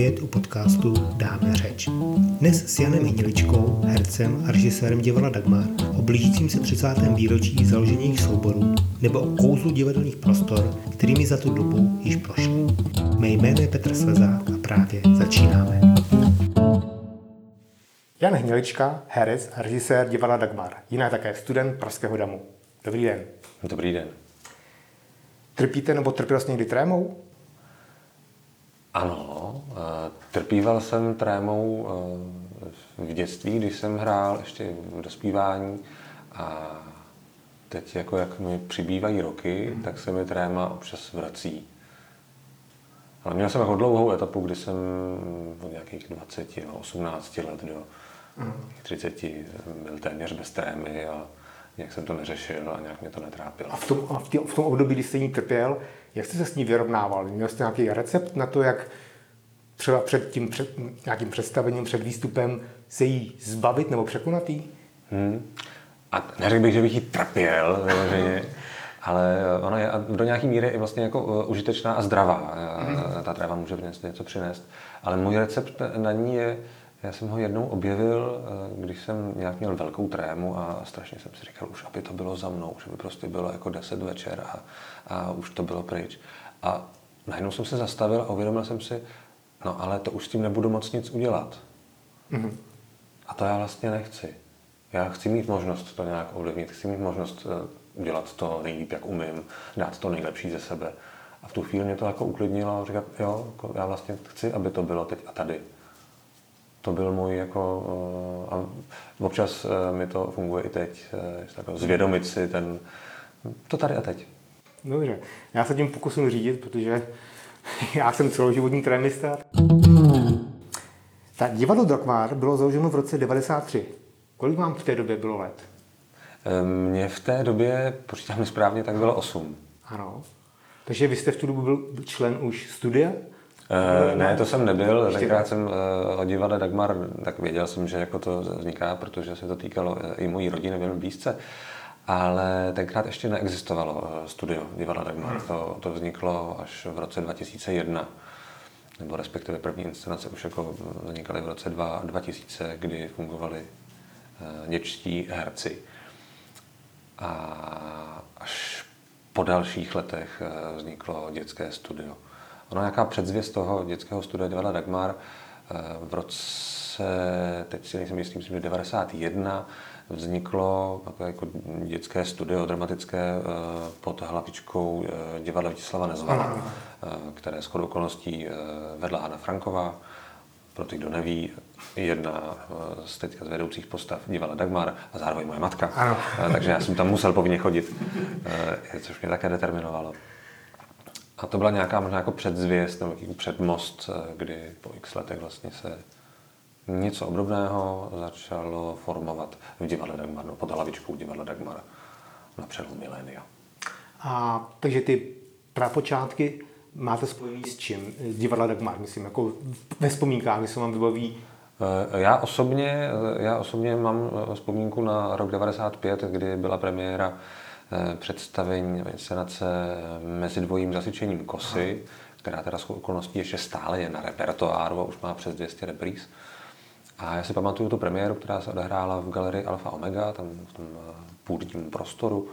Opět u podcastu Dáme řeč. Dnes s Janem Hniličkou, hercem a režisérem divadla Dagmar, o blížícím se 30. výročí založení jejich souborů nebo o kouzlu divadelních prostor, kterými za tu dobu již prošli. Mé jméno je Petr Slezák a právě začínáme. Jan Hnilička, herec a režisér divadla Dagmar, jinak také student Pražského damu. Dobrý den. Dobrý den. Trpíte nebo trpěl jste někdy trémou? Ano, trpíval jsem trémou v dětství, když jsem hrál ještě v dospívání a teď jak mi přibývají roky, tak se mi tréma občas vrací. Ale měl jsem jako dlouhou etapu, kdy jsem od nějakých 20, 18 let do 30 byl téměř bez trémy a nějak jsem to neřešil a nějak mě to netrápilo. A v tom období, kdy jste ní trpěl, jak jste se s ní vyrovnával? Měl jste nějaký recept na to, jak třeba před nějakým představením, před výstupem se jí zbavit nebo překonat jí? A neřekl bych, že bych jí trpěl, ale ona je do nějaký míry i vlastně jako užitečná a zdravá. Ta tréma může něco přinést. Ale můj recept na ní je, já jsem ho jednou objevil, když jsem nějak měl velkou trému a strašně jsem si říkal, už aby to bylo za mnou, že by prostě bylo jako 10 večer a už to bylo pryč. A najednou jsem se zastavil a uvědomil jsem si, no ale to už s tím nebudu moc nic udělat. A to já vlastně nechci. Já chci mít možnost to nějak ovlivnit, chci mít možnost udělat to nejlíp, jak umím, dát to nejlepší ze sebe. A v tu chvíli mě to jako uklidnilo a říkat, jo, já vlastně chci, aby to bylo teď a tady. To byl můj a občas mi to funguje i teď, zvědomit si to tady a teď. Dobře, já se tím pokusím řídit, protože já jsem celoživotní trémista. Tak divadlo Dagmar bylo založeno v roce 1993. Kolik vám v té době bylo let? Mně v té době, počítám správně, tak bylo 8. Ano. Takže vy jste v tu dobu byl člen už studia? Ne, to jsem nebyl. Tenkrát jsem o divadle Dagmar, tak věděl jsem, že jako to vzniká, protože se to týkalo i mojí rodiny velmi blízce. Ale tenkrát ještě neexistovalo studio divadla Dagmar. To vzniklo až v roce 2001. Nebo respektive první inscenace už jako vznikaly v roce 2000, kdy fungovali dětští herci. A až po dalších letech vzniklo dětské studio. Ono nějaká předzvěst toho dětského studia divadla Dagmar v roce, teď si nejsem jistý, myslím, že 91 vzniklo jako dětské studio dramatické pod hlavičkou divadla Vítislava Nezvala, které shodou okolností vedla Hana Franková. Pro ty, kdo neví, jedna z teďka z vedoucích postav divadla Dagmar a zároveň moje matka. Takže já jsem tam musel povinně chodit, což mě také determinovalo. A to byla nějaká možná jako předzvěst nebo nějaký předmost, kdy po x letech vlastně se něco obdobného začalo formovat v divadle Dagmar, no, pod hlavičkou divadla Dagmar na přelomu milénia. A takže ty prapočátky máte spojený s čím? Z divadla Dagmar, myslím, jako ve vzpomínkách, kdy se vám vybaví? Já osobně mám vzpomínku na rok 95, kdy byla premiéra představení inscenace Mezi dvojím zasyčením kosy, která teda shodou okolností ještě stále je na repertoáru a už má přes 200 repríz. A já si pamatuju tu premiéru, která se odehrála v galerii Alfa Omega, tam v tom půdním prostoru.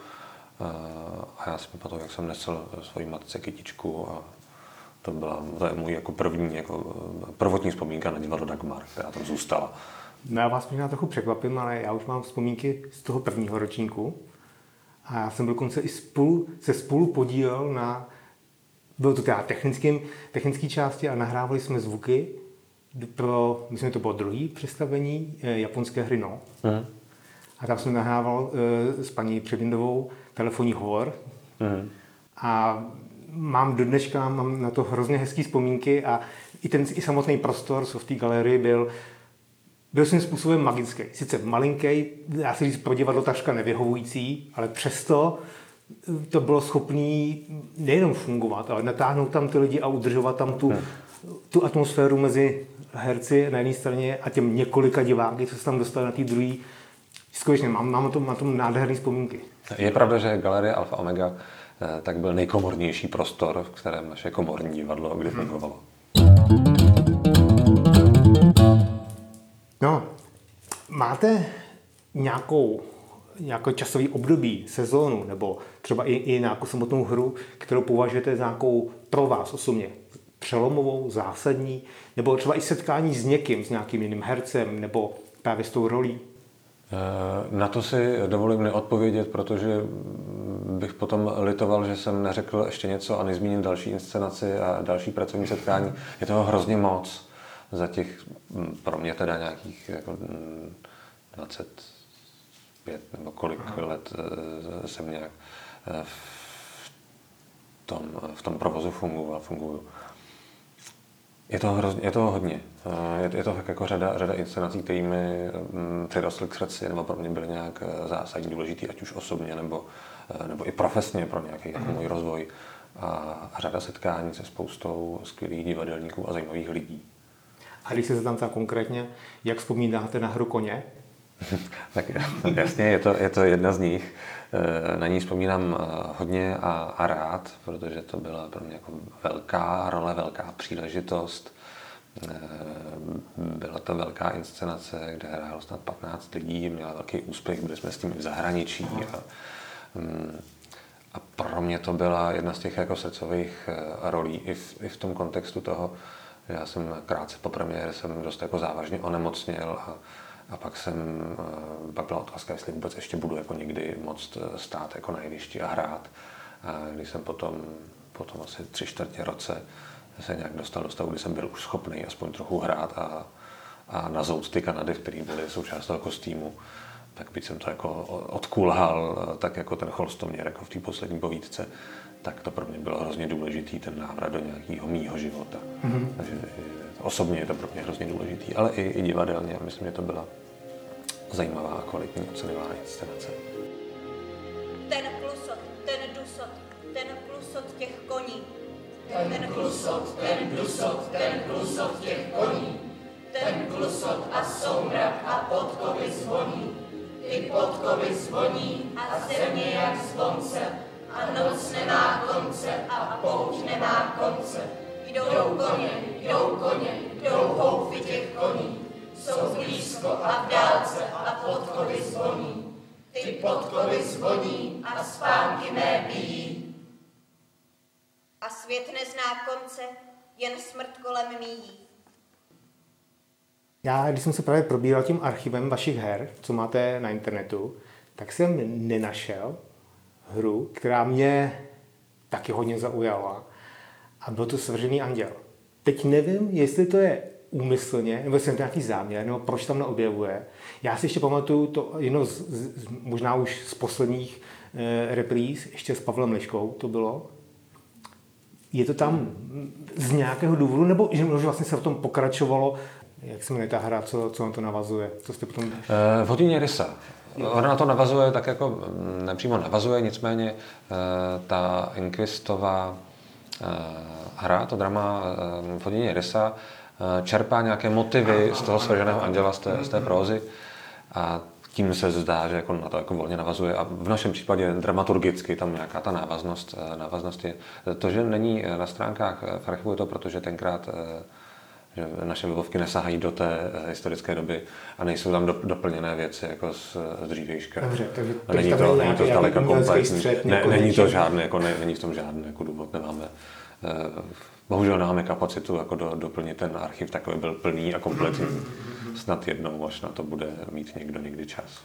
A já si pamatuju, jak jsem nesl svojí matce kytičku a to je můj jako první, jako prvotní vzpomínka na divadlo Dagmar, která tam zůstala. No, já vás možná trochu překvapím, ale já už mám vzpomínky z toho prvního ročníku. A já jsem dokonce i spolu podílel bylo to teda technické části a nahrávali jsme zvuky pro, myslím, to bylo druhé představení japonské hry No. A tam jsem nahrával s paní Převindovou telefonní hovor. A mám do dneška na to hrozně hezký vzpomínky a i samotný prostor, co v té galerii byl svým způsobem magický. Sice malinký, dá se říct pro divadlo takřka nevyhovující, ale přesto to bylo schopné nejenom fungovat, ale natáhnout tam ty lidi a udržovat tam tu atmosféru mezi herci na jedné straně a těm několika diváky, co se tam dostali na té druhé. Skutečně, mám na tom nádherné vzpomínky. Je pravda, že galerie Alfa Omega tak byl nejkomornější prostor, v kterém naše komorní divadlo kdy fungovalo. No, máte nějakou časový období, sezónu, nebo třeba i nějakou samotnou hru, kterou považujete za nějakou pro vás osobně přelomovou, zásadní, nebo třeba i setkání s někým, s nějakým jiným hercem, nebo právě s tou rolí? Na to si dovolím neodpovědět, protože bych potom litoval, že jsem neřekl ještě něco a nezmínil další inscenaci a další pracovní setkání. Je toho hrozně moc za těch, pro mě teda nějakých jako 25 nebo kolik let jsem nějak v tom provozu funguju. Je toho hodně. Je to jako řada inscenací, které mi přirostly k srdci, nebo pro mě byly nějak zásadní, důležitý, ať už osobně, nebo i profesně pro nějaký jako můj rozvoj. A řada setkání se spoustou skvělých divadelníků a zajímavých lidí. A když se tam konkrétně, jak vzpomínáte na hru Koně? Tak jasně, je to jedna z nich. Na ní vzpomínám hodně a rád, protože to byla pro mě jako velká role, velká příležitost. Byla to velká inscenace, kde hrálo snad 15 lidí, měla velký úspěch, byli jsme s tím i v zahraničí. A pro mě to byla jedna z těch jako srdcových rolí i v tom kontextu toho, že já jsem krátce po premiéře jsem dost jako závažně onemocněl a pak byla otázka, jestli vůbec ještě budu jako někdy moct stát jako na jevišti a hrát. A když jsem potom asi 3/4 roce se nějak dostal do stavu, kdy jsem byl už schopný aspoň trochu hrát a nazout ty Kanady, které byly součást toho kostýmu, tak byť jsem to jako odkulhal, tak jako ten Holstoměr jako v té poslední povídce, tak to pro mě bylo hrozně důležitý, ten návrat do nějakého mýho života. Mm-hmm. Takže osobně je to pro mě hrozně důležitý, ale i divadelně. Myslím, že to byla zajímavá a kvalitní oceňovaná inscenace. Ten klusot, ten dusot, ten klusot těch koní. Ten klusot, ten dusot, ten klusot těch koní. Ten klusot a soumrak a podkovy zvoní. Ty podkovy zvoní a země jak zvonce. A noc nemá konce a pouť nemá konce. Jdou koně, jdou houfy těch koní. Jsou blízko a v dálce a podkovy zvoní. Ty podkovy zvoní a spánky mé bijí. A svět nezná konce, jen smrt kolem míjí. Já, když jsem se právě probíral tím archivem vašich her, co máte na internetu, tak jsem nenašel hru, která mě taky hodně zaujala. A byl to Svržený anděl. Teď nevím, jestli to je úmyslně, nebo jestli je to nějaký záměr, nebo proč tam neobjevuje. Já si ještě pamatuju to jedno možná už z posledních repríz, ještě s Pavlem Liškou to bylo. Je to tam z nějakého důvodu, nebo že vlastně se v tom pokračovalo, jak se jmenuje ta hra, co na to navazuje? Co jste potom... V hodině rysa. Ona na to navazuje, tak jako nepřímo navazuje, nicméně ta Inquisitová hra, to drama v hodině rysa, čerpá nějaké motivy z toho Svrženého anděla, z té prózy a tím se zdá, že jako na to jako volně navazuje a v našem případě dramaturgicky tam nějaká ta návaznost je. To, že není na stránkách v archivu, je to, protože tenkrát že naše webovky nesahají do té historické doby a nejsou tam doplněné věci jako z dřívějška. Dobře, takže není to zdaleka kompletní. Není to žádný, jako není v tom žádný jako důvod, nemáme. Bohužel nemáme kapacitu jako doplnit ten archiv, takový byl plný a kompletní. Snad jednou, až na to bude mít někdo někdy čas.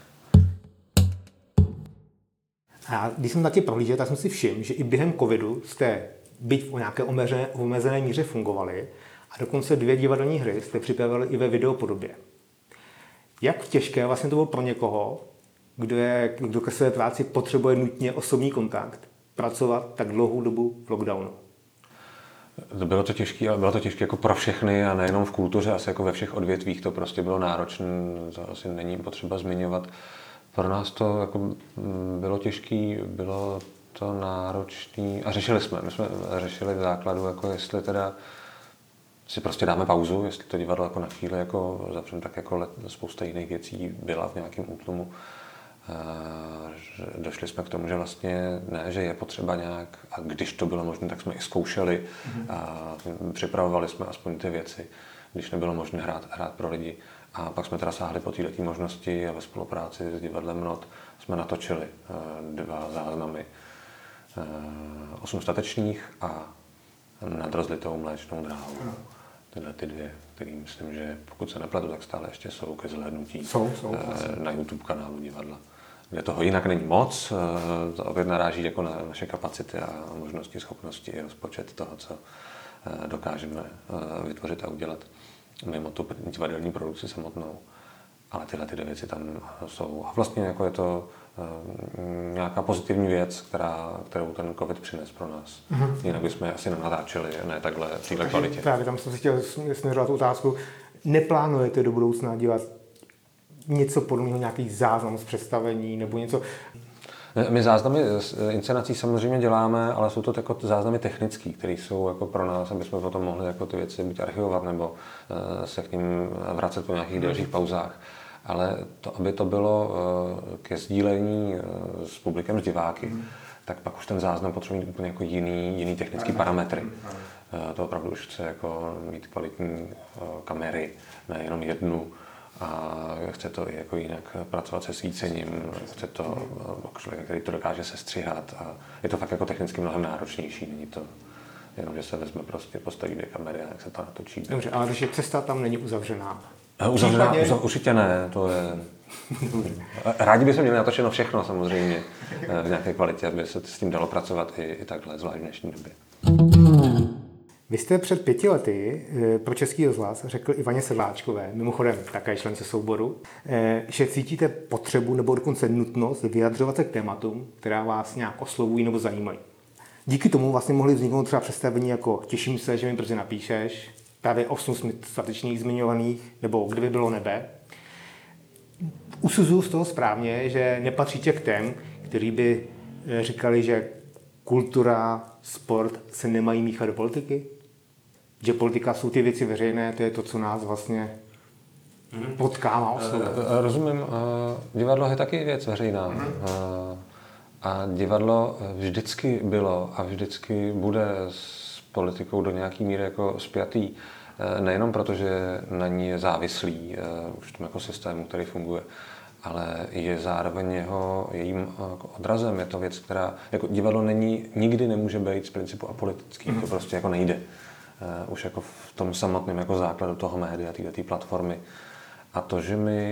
A když jsem taky prohlížel, tak jsem si všiml, že i během covidu jste byť v nějaké omezené míře fungovali a dokonce 2 divadelní hry jste připravili i ve videopodobě. Jak těžké vlastně to bylo pro někoho, kdo ke své práci potřebuje nutně osobní kontakt, pracovat tak dlouhou dobu v lockdownu? Bylo to těžké, ale bylo to těžké jako pro všechny a nejenom v kultuře, asi jako ve všech odvětvích to prostě bylo náročné, to asi není potřeba zmiňovat. Pro nás to jako bylo těžké, bylo to náročné a řešili jsme. My jsme řešili v základu, jako jestli teda si prostě dáme pauzu, jestli to divadlo jako na chvíli jako zavřeme, tak jako spousta jiných věcí byla v nějakém útlumu. Došli jsme k tomu, že vlastně ne, že je potřeba nějak, a když to bylo možné, tak jsme i zkoušeli a připravovali jsme aspoň ty věci, když nebylo možné hrát pro lidi. A pak jsme teda sáhli po této možnosti a ve spolupráci s divadlem Not jsme natočili 2 záznamy. 8 statečných a Nad rozlitou mléčnou dráhou. Tyhle ty 2, který myslím, že pokud se nepletu, tak stále ještě jsou ke zhlédnutí na YouTube kanálu divadla. Kde toho jinak není moc, to opět naráží jako na naše kapacity a možnosti, schopnosti i rozpočet toho, co dokážeme vytvořit a udělat mimo tu divadelní produkci samotnou. Ale tyhle ty 2 věci tam jsou. A vlastně jako je to nějaká pozitivní věc, kterou ten covid přines pro nás. Jinak bychom je asi nenatáčeli, ne takhle v téhle kvalitě. Právě tam jsem si chtěl směřovat tu otázku. Neplánujete do budoucna dělat něco podobného, nějaký záznam z představení nebo něco? My záznamy inscenací samozřejmě děláme, ale jsou to jako záznamy technické, které jsou jako pro nás, aby jsme potom mohli jako ty věci buď archivovat nebo se k nim vracet po nějakých delších pauzách. Ale to, aby to bylo ke sdílení s publikem, s diváky, tak pak už ten záznam potřebuje mít úplně jako jiný technický parametry. To opravdu už chce jako mít kvalitní kamery, ne jenom jednu. A chce to i jako jinak pracovat se svícením, chce to člověk, který to dokáže sestřihat a je to fakt jako technicky mnohem náročnější, není to jenom, že se vezme prostě, postaví 2 kamery a jak se to natočí. Dobře, ale takže cesta tam není uzavřená. Uzavřená, určitě ne, to je... Rádi bychom měli natočeno všechno samozřejmě v nějaké kvalitě, aby se s tím dalo pracovat i takhle, zvlášť v dnešní době. Vy jste před 5 lety pro Český rozhlas řekl Ivaně Sedláčkové, mimochodem také člence souboru, že cítíte potřebu nebo dokonce nutnost vyjadřovat se k tématům, která vás nějak oslovují nebo zajímají. Díky tomu vlastně mohly vzniknout třeba představení jako Těším se, že mi brzy napíšeš, právě 8 statečných zmiňovaných, nebo Kdyby bylo nebe. Usuzuju z toho správně, že nepatříte k těm, kteří by říkali, že kultura, sport se nemají míchat do politiky? Že politika jsou ty věci veřejné, to je to, co nás vlastně potkává oslovuje. Rozumím, divadlo je taky věc veřejná. A divadlo vždycky bylo a vždycky bude s politikou do nějaký míry jako spjatý. Nejenom proto, že na ní je závislý už v tom jako systému, který funguje, ale je zároveň jejím odrazem. Je to věc, která jako divadlo nikdy nemůže být z principu apolitický. To prostě jako nejde. Už jako v tom samotném jako základu toho média, této platformy. A to,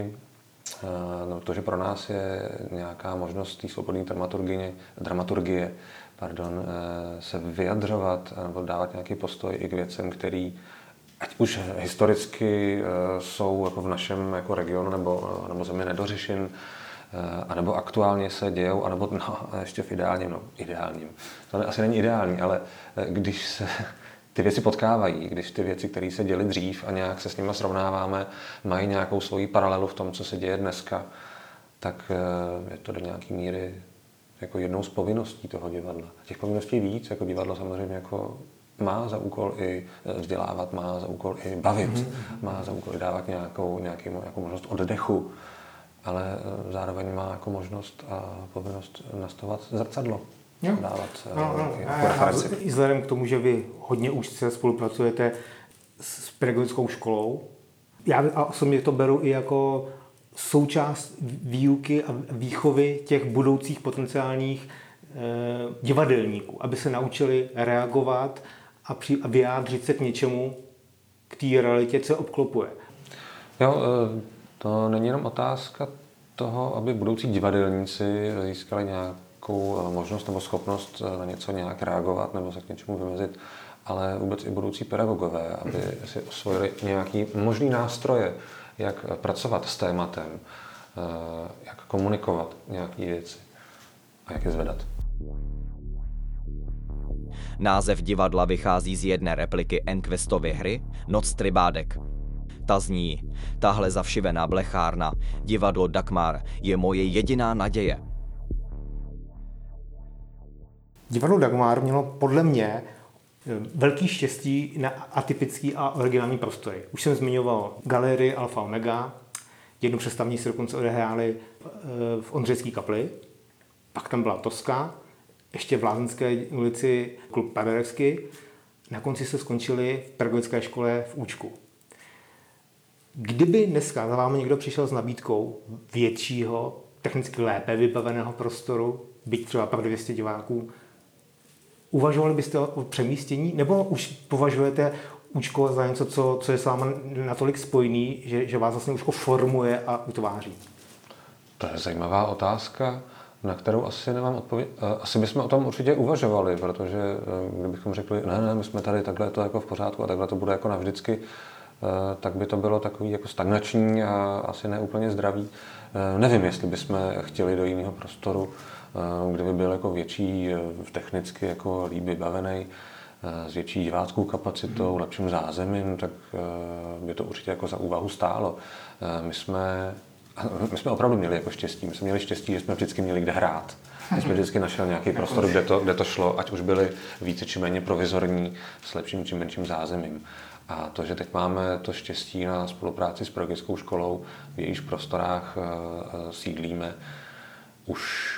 že pro nás je nějaká možnost té svobodné dramaturgie, se vyjadřovat nebo dávat nějaký postoj i k věcem, který ať už historicky jsou jako v našem jako regionu nebo zemi nedořešen, anebo aktuálně se dějou, anebo ještě v ideálním. To asi není ideální, ale když se ty věci potkávají, když ty věci, které se děly dřív a nějak se s nimi srovnáváme, mají nějakou svoji paralelu v tom, co se děje dneska, tak je to do nějaké míry jako jednou z povinností toho divadla. Těch povinností víc, jako divadlo samozřejmě jako má za úkol i vzdělávat, má za úkol i bavit, má za úkol i dávat nějakou možnost oddechu, ale zároveň má jako možnost a povinnost nastavovat zrcadlo. Dávat jako referenci. I vzhledem k tomu, že vy hodně úzce spolupracujete s pedagogickou školou, já osobně to beru i jako součást výuky a výchovy těch budoucích potenciálních divadelníků, aby se naučili reagovat a vyjádřit se k něčemu, k té realitě, co obklopuje. Jo, to není jenom otázka toho, aby budoucí divadelníci získali nějakou možnost nebo schopnost na něco nějak reagovat nebo se k něčemu vymezit, ale vůbec i budoucí pedagogové, aby si osvojili nějaký možný nástroje, jak pracovat s tématem, jak komunikovat nějaké věci a jak je zvedat. Název divadla vychází z jedné repliky Enquistovy hry Noc tribádek. Ta zní: tahle zavšivená blechárna, divadlo Dagmar, je moje jediná naděje. Divadlo Dagmar mělo podle mě velký štěstí na atypický a originální prostory. Už jsem zmiňoval galerii Alfa Omega, Jedno představení se dokonce odehráli v Ondřejské kapli, pak tam byla Toska, ještě v Lázeňské ulici klub Paderewski, na konci se skončili v pedagogické škole v Účku. Kdyby dneska za vámi někdo přišel s nabídkou většího, technicky lépe vybaveného prostoru, byť třeba pro 200 diváků, uvažovali byste o přemístění, nebo už považujete Účko za něco, co je s vámi natolik spojený, že vás vlastně Účko formuje a utváří? To je zajímavá otázka, na kterou asi nemám odpověď. Asi bychom o tom určitě uvažovali, protože kdybychom řekli, ne, my jsme tady, takhle je to jako v pořádku a takhle to bude jako navždycky, tak by to bylo takový jako stagnační a asi neúplně zdravý. Nevím, jestli bychom chtěli do jiného prostoru, kde by byl jako větší, technicky jako líp vybavený, s větší diváckou kapacitou, lepším zázemím, tak by to určitě jako za úvahu stálo. My jsme opravdu měli jako štěstí. My jsme měli štěstí, že jsme vždycky měli kde hrát. My jsme vždycky našel nějaký prostor, kde to šlo, ať už byly více či méně provizorní, s lepším či menším zázemím. A to, že teď máme to štěstí na spolupráci s pedagogickou školou, v jejíž prostorách sídlíme už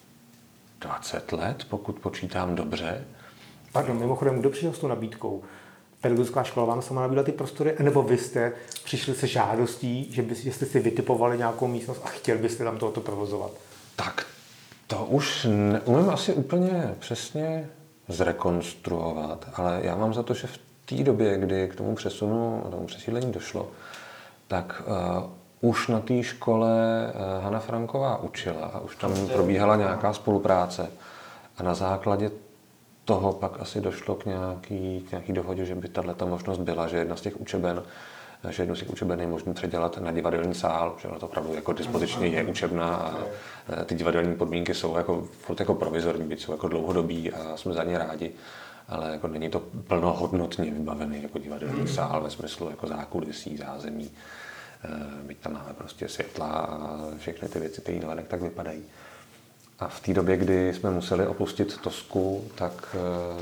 20 let, pokud počítám dobře. Pardon, mimochodem, kdo přišel s tou nabídkou? Pedagogická škola vám sama nabídla ty prostory, nebo vy jste přišli se žádostí, že jste si vytipovali nějakou místnost a chtěli byste tam tohoto provozovat? Tak to už neumím asi úplně přesně zrekonstruovat, ale já mám za to, že v té době, kdy k tomu přesídlení došlo, tak už na té škole Hana Franková učila a už tam probíhala nějaká spolupráce. A na základě toho pak asi došlo k nějaký dohodě, že by tato možnost byla, že jednu z těch učeben je možné předělat na divadelní sál, že to opravdu jako dispozičně je učebna a ty divadelní podmínky jsou jako provizorní, byť jsou jako dlouhodobí a jsme za ně rádi, ale jako není to plnohodnotně vybavený jako divadelní sál ve smyslu jako zákulisí, zázemí, byť tam máme prostě světla a všechny ty věci, které navenek tak vypadají. A v té době, kdy jsme museli opustit Tosku, tak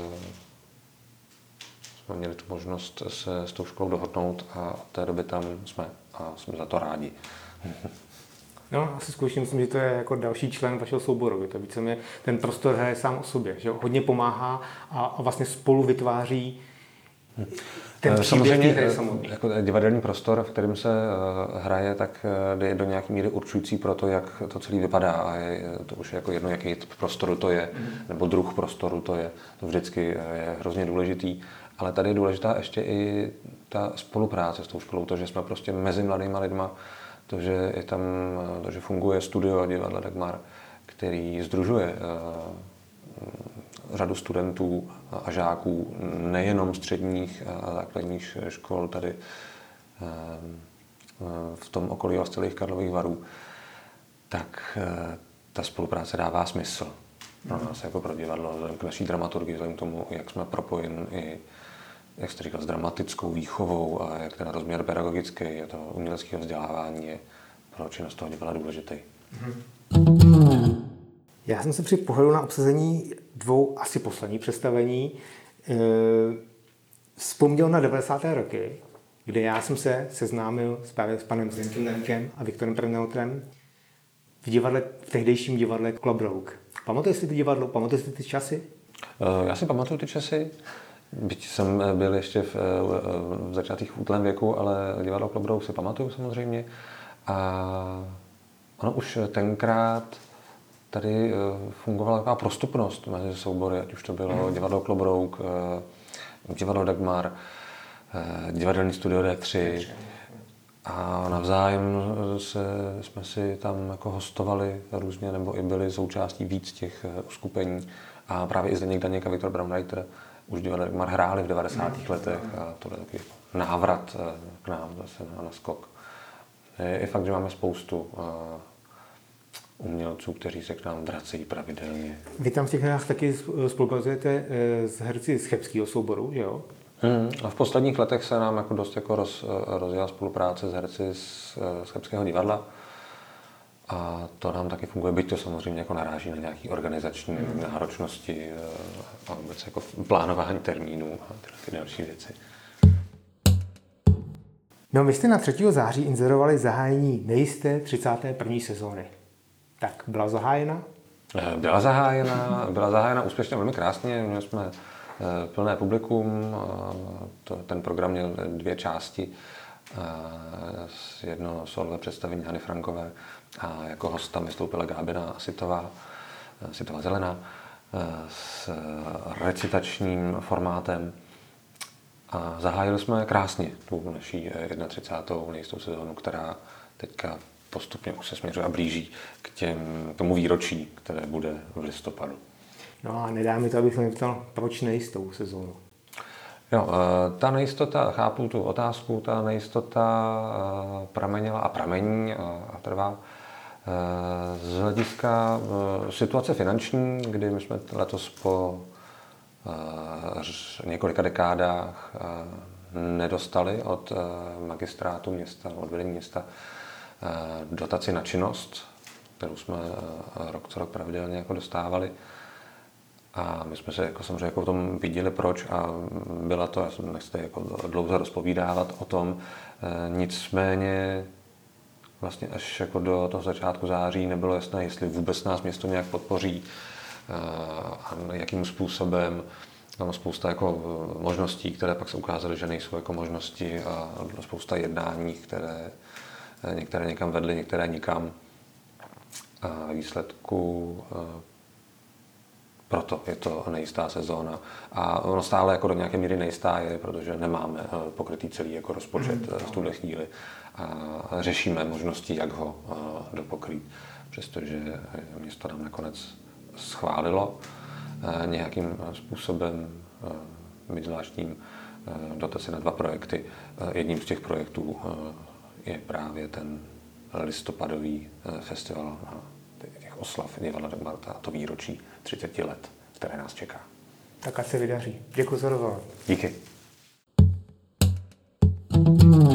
jsme měli tu možnost se s tou školou dohodnout a od té doby tam jsme a jsme za to rádi. No, asi skutečně myslím, že to je jako další člen vašeho souboru. To víceméně ten prostor hraje sám o sobě, že hodně pomáhá a vlastně spolu vytváří ten příběh, který je samotný. Jako divadelní prostor, v kterém se hraje, tak je do nějaké míry určující pro to, jak to celé vypadá. A to už je jako jedno, jaký prostoru to je, nebo druh prostoru to je. To vždycky je hrozně důležitý. Ale tady je důležitá ještě i ta spolupráce s tou školou, to, že jsme prostě mezi mladýma lidma, to, že je tam, to, že funguje studio divadla Dagmar, který sdružuje řadu studentů a žáků nejenom středních a základních škol tady v tom okolí Ostelých Karlových Varů, tak ta spolupráce dává smysl pro nás jako pro divadlo, vzhledem k naší dramaturgii, vzhledem k tomu, jak jsme propojeni i, jak jste říkal, s dramatickou výchovou a jak ten rozměr pedagogický a toho uměleckého vzdělávání je pro činnost toho divadla důležitý. Já jsem se při pohledu na obsazení dvou asi posledních představení vzpomněl na 90. roky, kde já jsem se seznámil právě s panem Zdenkem Lenkem a Viktorem Perneutrem v tehdejším divadle Klobrouk. Pamatuješ si to divadlo? Pamatuješ si ty časy? Já si pamatuju ty časy, byť jsem byl ještě v začátcích útlém věku, ale divadlo Klobrouk si pamatuju samozřejmě. A ono už tenkrát tady fungovala taková prostupnost mezi soubory, ať už to bylo divadlo Klobrouk, divadlo Dagmar, divadelní studio D3 a navzájem jsme si tam jako hostovali různě, nebo i byli součástí víc těch uskupení a právě i Zdeněk Daněk a Viktor Braunreiter už divadlo Dagmar hráli v 90. letech a to je takový návrat k nám zase na skok. Je fakt, že máme spoustu umělců, kteří se k nám vracejí pravidelně. Vy tam v těch hrách taky spolupracujete s herci z chebského souboru, že jo? A v posledních letech se nám jako dost jako rozjela spolupráce s herci z chebského divadla. A to nám taky funguje, byť to samozřejmě jako naráží na nějaké organizační náročnosti a vůbec jako plánování termínů a ty další věci. No, vy jste na 3. září inzerovali zahájení nejisté 31. sezóny. Tak, byla zahájena? Byla zahájena úspěšně, velmi krásně. Měli jsme plné publikum. Ten program měl 2 části. Jedno solové představení Hany Frankové a jako host tam vystoupila Gábina Sitová Zelená s recitačním formátem. A zahájili jsme krásně tu naší 31. nejistou sezónu, která teďka postupně už se směřuje a blíží k tomu výročí, které bude v listopadu. No a nedá mi to, abych se neptal, proč nejistou sezónu? Jo, ta nejistota, chápu tu otázku, ta nejistota pramenila a pramení a trvá z hlediska situace finanční, kdy my jsme letos po několika dekádách nedostali od magistrátu města, od vedení města dotaci na činnost, kterou jsme rok co rok pravidelně jako dostávali. A my jsme se jako samozřejmě jako o tom viděli proč a byla to, já jsem nechci jako dlouze rozpovídávat o tom, nicméně vlastně až jako do toho začátku září nebylo jasné, jestli vůbec nás město nějak podpoří a jakým způsobem. Tam spousta jako možností, které pak se ukázaly, že nejsou jako možnosti a spousta jednání, které některé někam vedly, některé nikam. A výsledku proto je to nejistá sezóna. A ono stále jako do nějaké míry nejistá je, protože nemáme pokrytý celý jako rozpočet v tuhle chvíli. A řešíme možnosti, jak ho dopokrýt. Přestože město nám nakonec schválilo nějakým způsobem byť zvláštním dotaci na 2 projekty. Jedním z těch projektů je právě ten listopadový festival těch oslav Divadla Dagmar a to výročí 30 let, které nás čeká. Tak ať se vydaří. Děkuji za rozhovor. Díky.